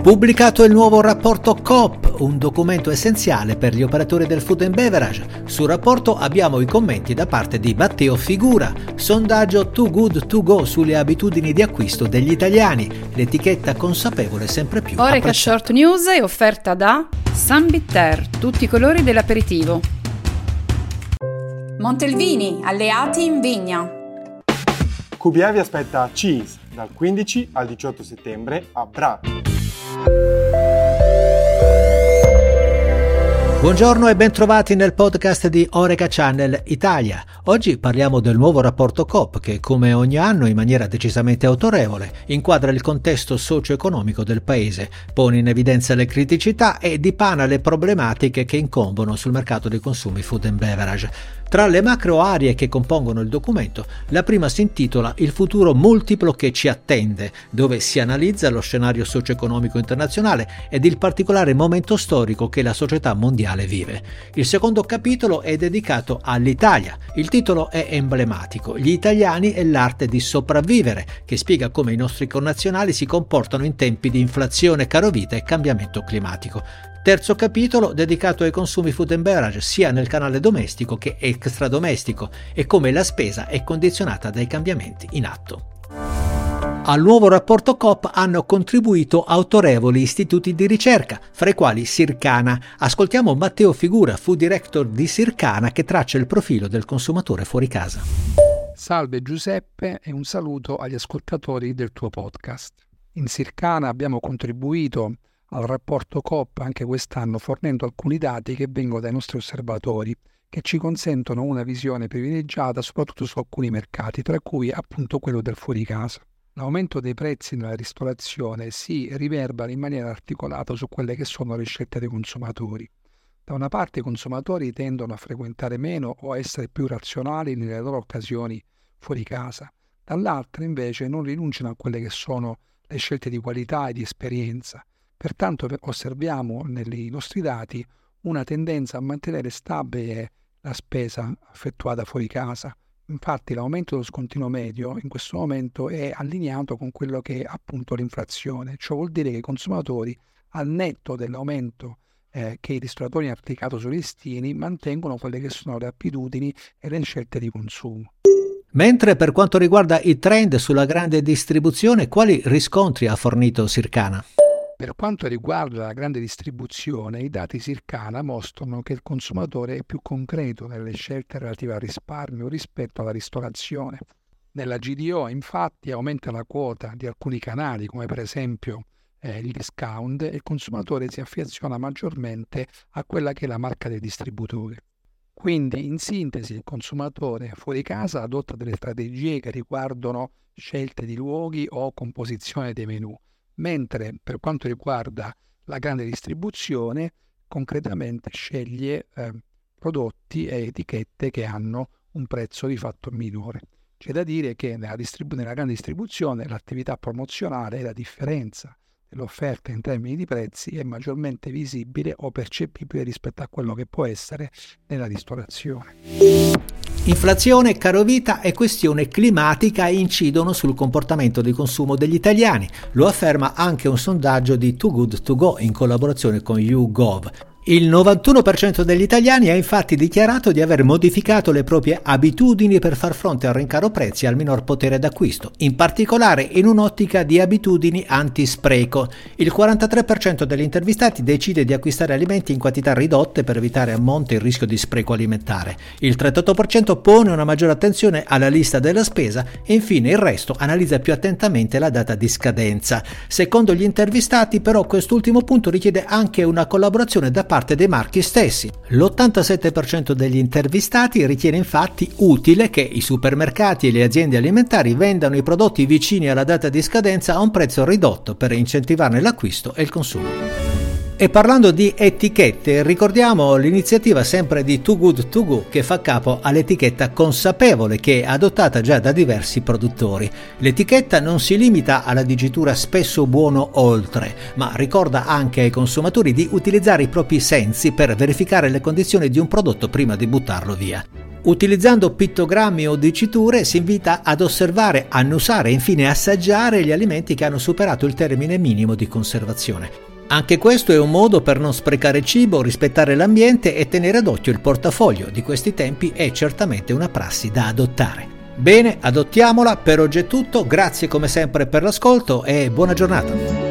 Pubblicato il nuovo rapporto Coop, un documento essenziale per gli operatori del food and beverage. Sul rapporto abbiamo i commenti da parte di Matteo Figura. Sondaggio Too Good To Go sulle abitudini di acquisto degli italiani. L'etichetta consapevole sempre più Oreca Short News è offerta da San Bitter, tutti i colori dell'aperitivo. Montelvini, alleati in vigna. QBA vi aspetta Cheese dal 15 al 18 settembre a Bra. Buongiorno e bentrovati nel podcast di Oreca Channel Italia. Oggi parliamo del nuovo rapporto Coop che, come ogni anno in maniera decisamente autorevole, inquadra il contesto socio-economico del paese, pone in evidenza le criticità e dipana le problematiche che incombono sul mercato dei consumi food and beverage. Tra le macro aree che compongono il documento, la prima si intitola Il futuro multiplo che ci attende, dove si analizza lo scenario socio-economico internazionale ed il particolare momento storico che la società mondiale vive. Il secondo capitolo è dedicato all'Italia. Il titolo è emblematico: Gli italiani e l'arte di sopravvivere, che spiega come i nostri connazionali si comportano in tempi di inflazione, carovita e cambiamento climatico. Terzo capitolo dedicato ai consumi food and beverage sia nel canale domestico che extradomestico e come la spesa è condizionata dai cambiamenti in atto. Al nuovo rapporto Coop hanno contribuito autorevoli istituti di ricerca, fra i quali Circana. Ascoltiamo Matteo Figura, food director di Circana, che traccia il profilo del consumatore fuori casa. Salve Giuseppe e un saluto agli ascoltatori del tuo podcast. In Circana abbiamo contribuito al rapporto Coop anche quest'anno fornendo alcuni dati che vengono dai nostri osservatori, che ci consentono una visione privilegiata soprattutto su alcuni mercati, tra cui appunto quello del fuori casa. L'aumento dei prezzi nella ristorazione si riverbera in maniera articolata su quelle che sono le scelte dei consumatori. Da una parte i consumatori tendono a frequentare meno o a essere più razionali nelle loro occasioni fuori casa, dall'altra invece non rinunciano a quelle che sono le scelte di qualità e di esperienza. Pertanto osserviamo nei nostri dati una tendenza a mantenere stabile la spesa effettuata fuori casa. Infatti l'aumento dello scontino medio in questo momento è allineato con quello che è appunto l'inflazione. Ciò vuol dire che i consumatori, al netto dell'aumento che i ristoratori hanno applicato sui listini, mantengono quelle che sono le abitudini e le scelte di consumo. Mentre per quanto riguarda i trend sulla grande distribuzione, quali riscontri ha fornito Circana? Per quanto riguarda la grande distribuzione, i dati Circana mostrano che il consumatore è più concreto nelle scelte relative al risparmio rispetto alla ristorazione. Nella GDO, infatti, aumenta la quota di alcuni canali, come per esempio il discount, e il consumatore si affeziona maggiormente a quella che è la marca del distributore. Quindi, in sintesi, il consumatore fuori casa adotta delle strategie che riguardano scelte di luoghi o composizione dei menù, mentre per quanto riguarda la grande distribuzione concretamente sceglie prodotti e etichette che hanno un prezzo di fatto minore. C'è da dire che nella grande distribuzione l'attività promozionale e la differenza dell'offerta in termini di prezzi è maggiormente visibile o percepibile rispetto a quello che può essere nella ristorazione. Inflazione, carovita e questione climatica incidono sul comportamento di consumo degli italiani. Lo afferma anche un sondaggio di Too Good To Go in collaborazione con YouGov. Il 91% degli italiani ha infatti dichiarato di aver modificato le proprie abitudini per far fronte al rincaro prezzi e al minor potere d'acquisto, in particolare in un'ottica di abitudini antispreco. Il 43% degli intervistati decide di acquistare alimenti in quantità ridotte per evitare a monte il rischio di spreco alimentare. Il 38% pone una maggiore attenzione alla lista della spesa e infine il resto analizza più attentamente la data di scadenza. Secondo gli intervistati, però, quest'ultimo punto richiede anche una collaborazione da parte dei marchi stessi. L'87% degli intervistati ritiene infatti utile che i supermercati e le aziende alimentari vendano i prodotti vicini alla data di scadenza a un prezzo ridotto per incentivarne l'acquisto e il consumo. E parlando di etichette, ricordiamo l'iniziativa sempre di Too Good To Go che fa capo all'etichetta consapevole che è adottata già da diversi produttori. L'etichetta non si limita alla dicitura spesso buono oltre, ma ricorda anche ai consumatori di utilizzare i propri sensi per verificare le condizioni di un prodotto prima di buttarlo via. Utilizzando pittogrammi o diciture si invita ad osservare, annusare e infine assaggiare gli alimenti che hanno superato il termine minimo di conservazione. Anche questo è un modo per non sprecare cibo, rispettare l'ambiente e tenere d'occhio il portafoglio. Di questi tempi è certamente una prassi da adottare. Bene, adottiamola. Per oggi è tutto, grazie come sempre per l'ascolto e buona giornata.